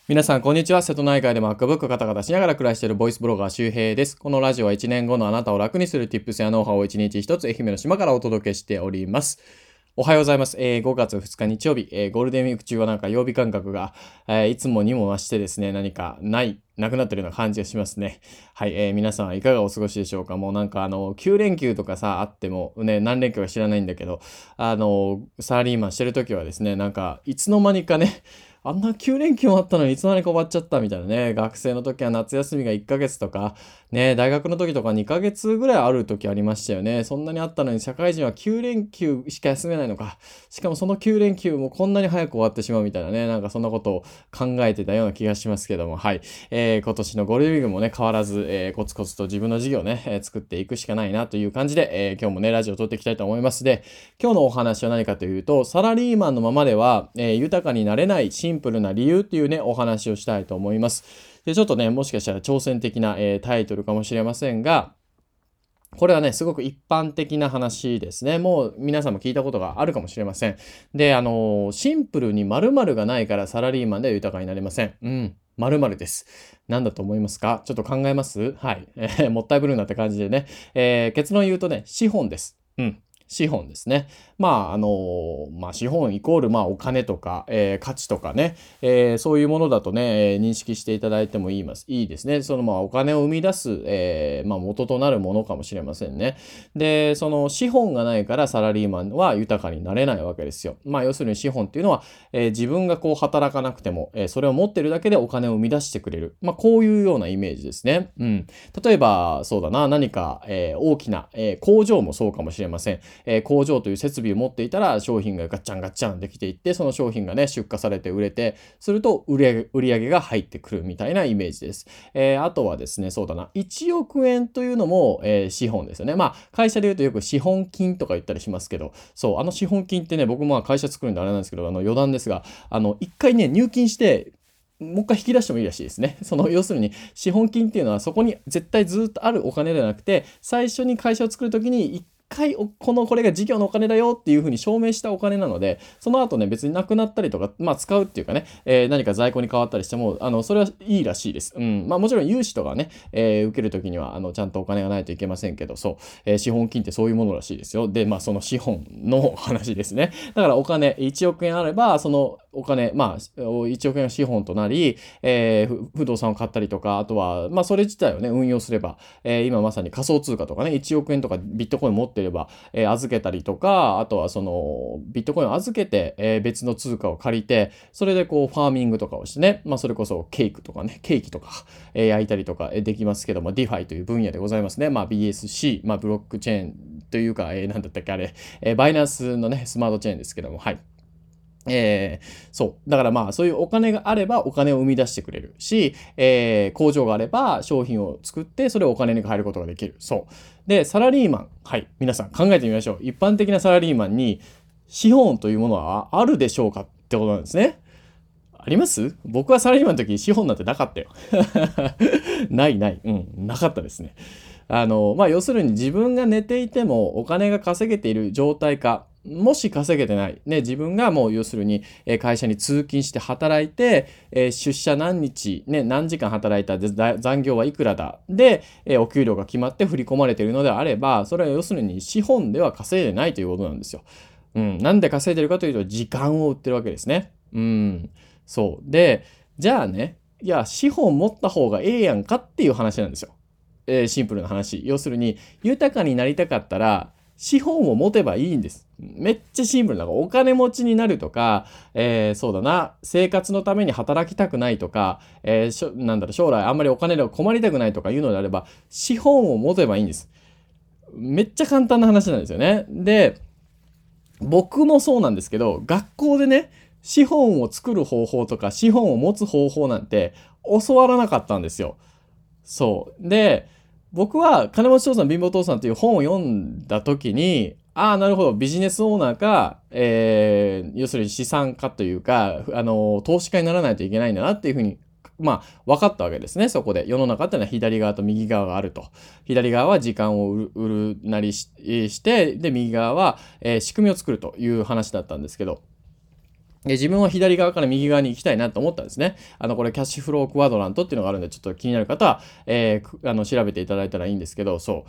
皆さん、こんにちは。瀬戸内海で MacBook カタカタしながら暮らしているボイスブロガー周平です。このラジオは1年後のあなたを楽にする Tips やノウハウを1日1つ愛媛の島からお届けしております。おはようございます。5月2日日曜日、ゴールデンウィーク中はなんか曜日感覚が、いつもにも増してですね、何かなくなってるような感じがしますね。はい、皆さんいかがお過ごしでしょうか。もうなんか9連休とかさ、あっても、ね、何連休か知らないんだけど、サラリーマンしてる時はですね、なんか、いつの間にかね、あんな9連休もあったのにいつの間にか終わっちゃったみたいなね。学生の時は夏休みが1ヶ月とか、ね、大学の時とか2ヶ月ぐらいある時ありましたよね。そんなにあったのに社会人は9連休しか休めないのか。しかもその9連休もこんなに早く終わってしまうみたいなね。なんかそんなことを考えてたような気がしますけども。はい。今年のゴールデンウィークもね、変わらず、コツコツと自分の事業をね、作っていくしかないなという感じで、今日もね、ラジオを撮っていきたいと思います。で、今日のお話は何かというと、サラリーマンのままでは、豊かになれないシンプルな理由っていうね、お話をしたいと思います。で、ちょっとね、もしかしたら挑戦的な、タイトルかもしれませんが、これはね、すごく一般的な話ですね。もう皆さんも聞いたことがあるかもしれません。で、シンプルに〇〇がないからサラリーマンでは豊かになれません。〇〇です。何だと思いますか？ちょっと考えます？はい。もったいぶるなって感じでね。結論言うとね、資本です。資本ですね。資本イコール、お金とか、価値とかね、そういうものだとね、認識していただいてもいいですね。お金を生み出す、元となるものかもしれませんね。で、その資本がないからサラリーマンは豊かになれないわけですよ。要するに資本っていうのは、自分がこう働かなくても、それを持ってるだけでお金を生み出してくれる。こういうようなイメージですね。例えば、そうだな、何か、大きな、工場もそうかもしれません。工場という設備を持っていたら商品がガッチャンガッチャンできていって、その商品がね、出荷されて売れて、すると売上が入ってくるみたいなイメージです。あとはですね、そうだな、1億円というのも、資本ですよね。会社で言うとよく資本金とか言ったりしますけど、そう、資本金ってね、僕も会社作るんであれなんですけど、余談ですが、一回ね、入金して、もう一回引き出してもいいらしいですね。要するに、資本金っていうのはそこに絶対ずっとあるお金ではなくて、最初に会社を作るときに一回これが事業のお金だよっていうふうに証明したお金なので、その後ね、別になくなったりとか、使うっていうかね、何か在庫に変わったりしても、それはいいらしいです。もちろん融資とかね、受けるときには、ちゃんとお金がないといけませんけど、そう、資本金ってそういうものらしいですよ。で、その資本の話ですね。だからお金、1億円あれば、そのお金、1億円が資本となり、不動産を買ったりとか、あとは、それ自体をね、運用すれば、今まさに仮想通貨とかね、1億円とかビットコイン持ってれば、預けたりとか、あとはその、ビットコインを預けて、別の通貨を借りて、それでこう、ファーミングとかをしてね、それこそケーキとか、焼いたりとかできますけども、ディファイという分野でございますね。BSC、ブロックチェーンというか、なんだったっけあれ、バイナンスのね、スマートチェーンですけども、はい。そう。だからそういうお金があればお金を生み出してくれるし、工場があれば商品を作ってそれをお金に変えることができる。そう。で、サラリーマン。はい。皆さん考えてみましょう。一般的なサラリーマンに資本というものはあるでしょうかってことなんですね。あります？僕はサラリーマンの時資本なんてなかったよ。ないない。なかったですね。要するに自分が寝ていてもお金が稼げている状態か、もし稼げてない。ね、自分がもう要するに会社に通勤して働いて、出社何日、ね、何時間働いたで残業はいくらだ。で、お給料が決まって振り込まれているのであれば、それは要するに資本では稼いでないということなんですよ。なんで稼いでるかというと時間を売ってるわけですね。そう。で、じゃあね、いや、資本持った方がええやんかっていう話なんですよ。シンプルな話。要するに、豊かになりたかったら、資本を持てばいいんです。めっちゃシンプルな。お金持ちになるとか、そうだな、生活のために働きたくないとか、将来あんまりお金で困りたくないとかいうのであれば、資本を持てばいいんです。めっちゃ簡単な話なんですよね。で、僕もそうなんですけど、学校でね、資本を作る方法とか、資本を持つ方法なんて教わらなかったんですよ。そう。で、僕は金持ち父さん貧乏父さんという本を読んだ時に、ああ、なるほど、ビジネスオーナーか、要するに資産家というか、投資家にならないといけないんだなっていうふうに、分かったわけですね、そこで。世の中っていうのは左側と右側があると。左側は時間を売るなりして、で、右側は、仕組みを作るという話だったんですけど、 で、自分は左側から右側に行きたいなと思ったんですね。これキャッシュフロークワドラントっていうのがあるんで、ちょっと気になる方は、調べていただいたらいいんですけど、そう。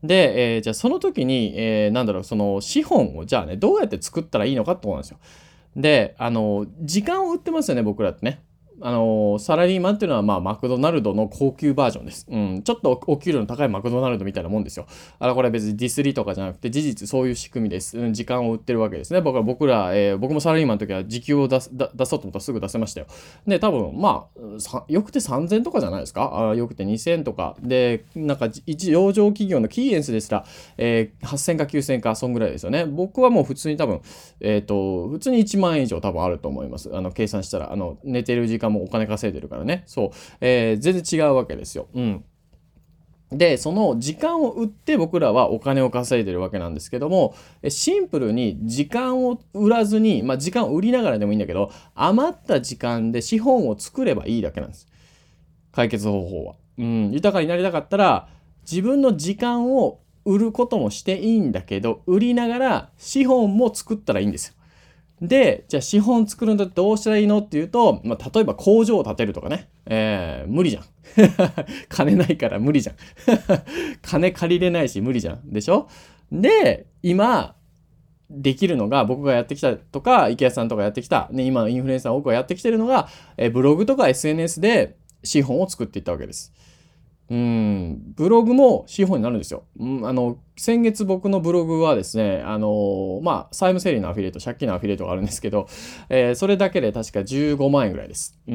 で、じゃあその時に、その資本をじゃあね、どうやって作ったらいいのかってことなんですよ。で、時間を売ってますよね、僕らってね。サラリーマンっていうのは、マクドナルドの高級バージョンです。ちょっとお給料の高いマクドナルドみたいなもんですよ。これは別にディスリとかじゃなくて、事実そういう仕組みです。時間を売ってるわけですね。僕ら、僕もサラリーマンの時は時給を出そうと思ったらすぐ出せましたよ。で、多分、よくて3000とかじゃないですか。よくて2000とか。で、一上場企業のキーエンスでしたら、8000か9000か、そんぐらいですよね。僕はもう普通に多分、普通に1万円以上多分あると思います。計算したら、寝てる時間もお金稼いでるからね。そう。全然違うわけですよ。で、その時間を売って僕らはお金を稼いでるわけなんですけども、シンプルに時間を売らずに、時間を売りながらでもいいんだけど、余った時間で資本を作ればいいだけなんです。解決方法は。豊かになりたかったら、自分の時間を売ることもしていいんだけど、売りながら資本も作ったらいいんですよ。で、じゃあ資本作るんだってどうしたらいいのっていうと、例えば工場を建てるとかね。無理じゃん。金ないから無理じゃん。金借りれないし無理じゃん。でしょ？で、今、できるのが僕がやってきたとか、池谷さんとかやってきた、ね、今のインフルエンサー多くがやってきてるのが、ブログとか SNS で資本を作っていったわけです。ブログも資本になるんですよ。先月僕のブログはですね、債務整理のアフィリエイト、借金のアフィリエイトがあるんですけど、それだけで確か15万円ぐらいです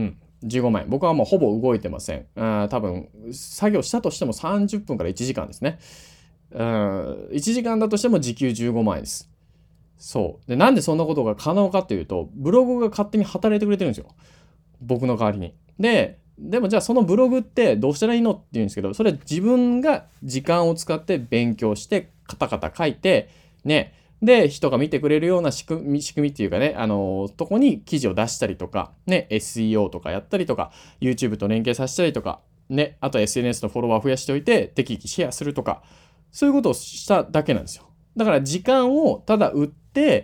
。15万円。僕はもうほぼ動いてません。多分、作業したとしても30分から1時間ですね。1時間だとしても時給15万円です。そう。で、なんでそんなことが可能かっていうと、ブログが勝手に働いてくれてるんですよ。僕の代わりに。でもじゃあそのブログってどうしたらいいのって言うんですけど、それは自分が時間を使って勉強して、カタカタ書いて、ね、で、人が見てくれるような仕組みっていうかね、とこに記事を出したりとか、ね、SEO とかやったりとか、YouTube と連携させたりとか、ね、あと SNS のフォロワー増やしておいて、適宜シェアするとか、そういうことをしただけなんですよ。だから時間をただ売って、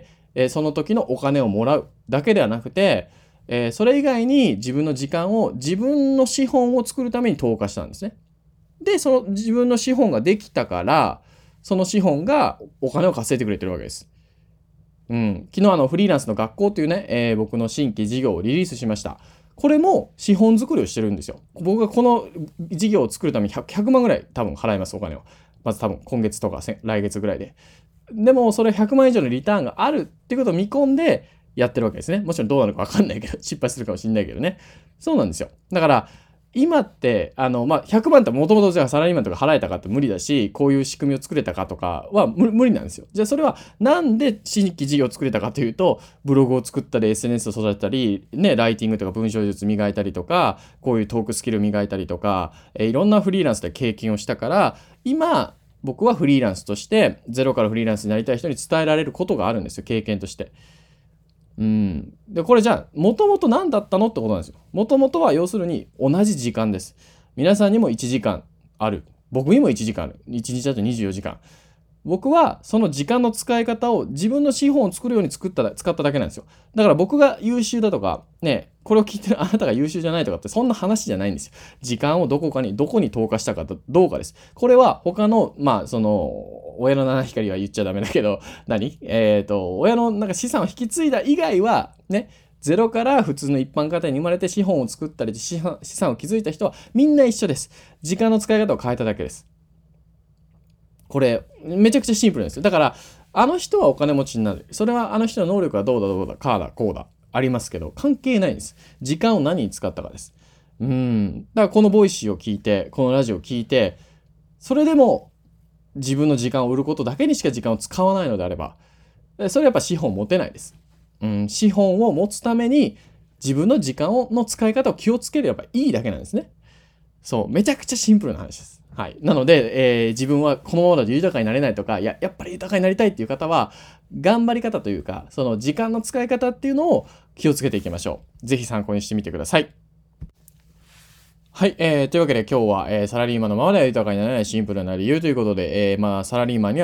その時のお金をもらうだけではなくて、それ以外に自分の時間を自分の資本を作るために投下したんですね。で、その自分の資本ができたから、その資本がお金を稼いでくれてるわけです。昨日フリーランスの学校というね、僕の新規事業をリリースしました。これも資本作りをしてるんですよ。僕がこの事業を作るために 100万ぐらい多分払います、お金を。まず多分今月とか来月ぐらいで。でもそれ100万以上のリターンがあるっていうことを見込んでやってるわけですね。もちろんどうなるかわかんないけど、失敗するかもしれないけどね。そうなんですよ。だから、今って、100万ってもともとじゃあサラリーマンとか払えたかって無理だし、こういう仕組みを作れたかとかは無理なんですよ。じゃあそれはなんで新規事業を作れたかというと、ブログを作ったり、SNS を育てたり、ね、ライティングとか文章術磨いたりとか、こういうトークスキル磨いたりとか、いろんなフリーランスで経験をしたから、今、僕はフリーランスとしてゼロからフリーランスになりたい人に伝えられることがあるんですよ、経験として。で、これじゃあ、もともと何だったのってことなんですよ。もともとは要するに同じ時間です。皆さんにも1時間ある。僕にも1時間ある。1日だと24時間。僕はその時間の使い方を自分の資本を作るように使っただけなんですよ。だから僕が優秀だとか、ね、これを聞いてるあなたが優秀じゃないとかってそんな話じゃないんですよ。時間をどこに投下したかどうかです。これは他の、親の七光は言っちゃダメだけど、親の資産を引き継いだ以外は、ね、ゼロから普通の一般家庭に生まれて資本を作ったり資産を築いた人はみんな一緒です。時間の使い方を変えただけです。これ、めちゃくちゃシンプルなんですよ。だから、あの人はお金持ちになる。それはあの人の能力はどうだ、こうだ、ありますけど、関係ないんです。時間を何に使ったかです。だからこのボイシーを聞いて、このラジオを聞いて、それでも自分の時間を売ることだけにしか時間を使わないのであれば、それはやっぱ資本持てないです。資本を持つために自分の時間の使い方を気をつければいいだけなんですね。そう、めちゃくちゃシンプルな話です。はい。なので、自分はこのままだと豊かになれないとか、やっぱり豊かになりたいっていう方は、頑張り方というか、その時間の使い方っていうのを気をつけていきましょう。ぜひ参考にしてみてください。はい、というわけで今日は、サラリーマンのままでは豊かになれないシンプルな理由ということで、サラリーマンには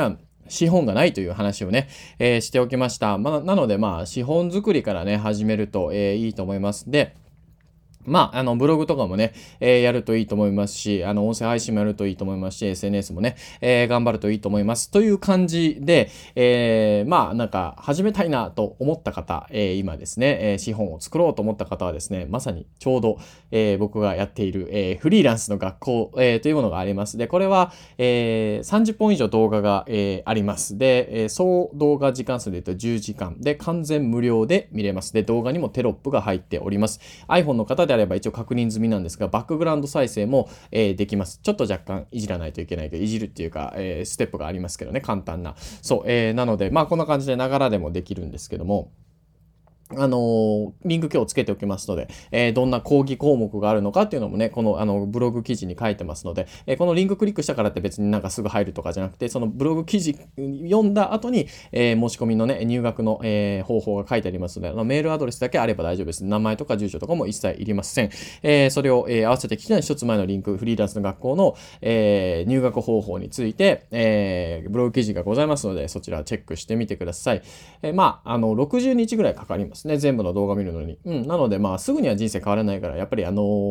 資本がないという話をね、しておきました。なので、資本作りからね、始めると、いいと思います。で、ブログとかもね、やるといいと思いますし、音声配信もやるといいと思いますし、SNS もね、頑張るといいと思います。という感じで、始めたいなと思った方、今ですね、資本を作ろうと思った方はですね、まさにちょうど、僕がやっている、フリーランスの学校、というものがあります。で、これは、30本以上動画が、あります。で、総動画時間数で言うと10時間で、完全無料で見れます。で、動画にもテロップが入っております。iPhone の方であれば一応確認済みなんですが、バックグラウンド再生も、できます。ちょっと若干いじらないといけないけど、いじるっていうか、ステップがありますけどね、簡単な。そう、なので、こんな感じでながらでもできるんですけども、リンク今日つけておきますので、どんな講義項目があるのかっていうのもね、このブログ記事に書いてますので、このリンククリックしたからって別になんかすぐ入るとかじゃなくて、そのブログ記事読んだ後に、申し込みのね、入学の、方法が書いてありますので、メールアドレスだけあれば大丈夫です。名前とか住所とかも一切いりません。それを、合わせて聞きたい一つ前のリンク、フリーランスの学校の、入学方法について、ブログ記事がございますので、そちらチェックしてみてください。60日ぐらいかかります。全部の動画見るのに。なので、すぐには人生変わらないから、やっぱり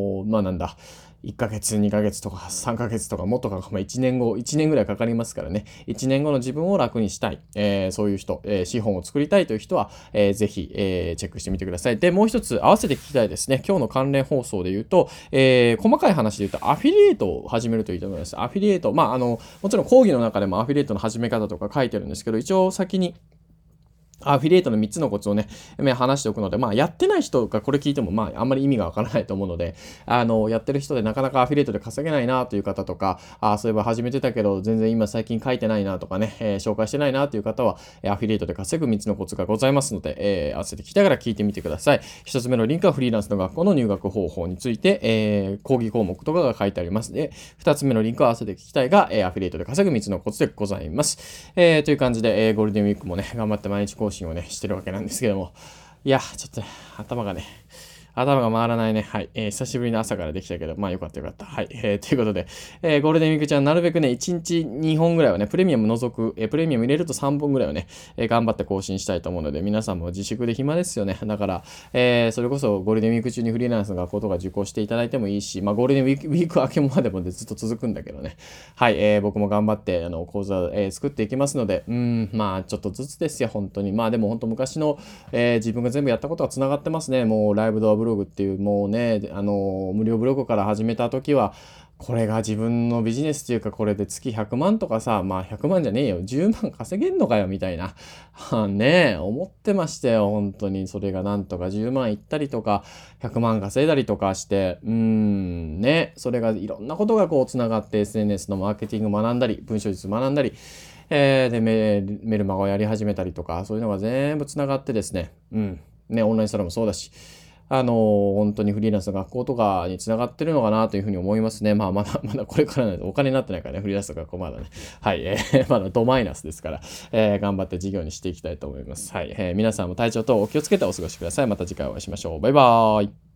1ヶ月、2ヶ月とか3ヶ月とかもっとか、1年後、1年ぐらいかかりますからね。1年後の自分を楽にしたい。そういう人、資本を作りたいという人は、ぜひ、チェックしてみてください。で、もう一つ合わせて聞きたいですね。今日の関連放送で言うと、細かい話で言うと、アフィリエイトを始めるといいと思います。アフィリエイト、もちろん講義の中でもアフィリエイトの始め方とか書いてるんですけど、一応先に、アフィリエイトの3つのコツをね、話しておくので、やってない人がこれ聞いても、あんまり意味がわからないと思うので、やってる人でなかなかアフィリエイトで稼げないなという方とか、そういえば始めてたけど、全然今最近書いてないなとかね、紹介してないなという方は、アフィリエイトで稼ぐ3つのコツがございますので、合わせて聞きながら聞いてみてください。1つ目のリンクはフリーランスの学校の入学方法について、講義項目とかが書いてあります。で、2つ目のリンクは合わせて聞きたいが、アフィリエイトで稼ぐ3つのコツでございます。という感じで、ゴールデンウィークもね、頑張って毎日更新をね、してるわけなんですけども。いや、ちょっと頭が回らないね。はい。久しぶりの朝からできたけど、よかったよかった。はい。ということで、ゴールデンウィークちゃん、なるべくね、1日2本ぐらいはね、プレミアム除く、プレミアム入れると3本ぐらいはね、頑張って更新したいと思うので、皆さんも自粛で暇ですよね。だから、それこそゴールデンウィーク中にフリーランスの学校とか受講していただいてもいいし、ゴールデンウィーク明けまでもずっと続くんだけどね。はい。僕も頑張って、講座、作っていきますので、ちょっとずつですよ、本当に。でも本当昔の、自分が全部やったことは繋がってますね。もうライブドアブログっていう、もうね、無料ブログから始めた時は、これが自分のビジネスっていうか、これで月100万とかさ、100万じゃねえよ、10万稼げんのかよ、みたいな。ねえ、思ってましたよ、本当に。それがなんとか10万いったりとか、100万稼いだりとかして、ね、それがいろんなことがこう繋がって、SNS のマーケティング学んだり、文章術学んだり、で、メルマガをやり始めたりとか、そういうのが全部繋がってですね、ね、オンラインサロンもそうだし、本当にフリーランスの学校とかに繋がってるのかなというふうに思いますね。まだこれからなんでお金になってないからね、フリーランスの学校まだね。はい、まだドマイナスですから、頑張って事業にしていきたいと思います。はい、皆さんも体調とお気をつけてお過ごしください。また次回お会いしましょう。バイバーイ。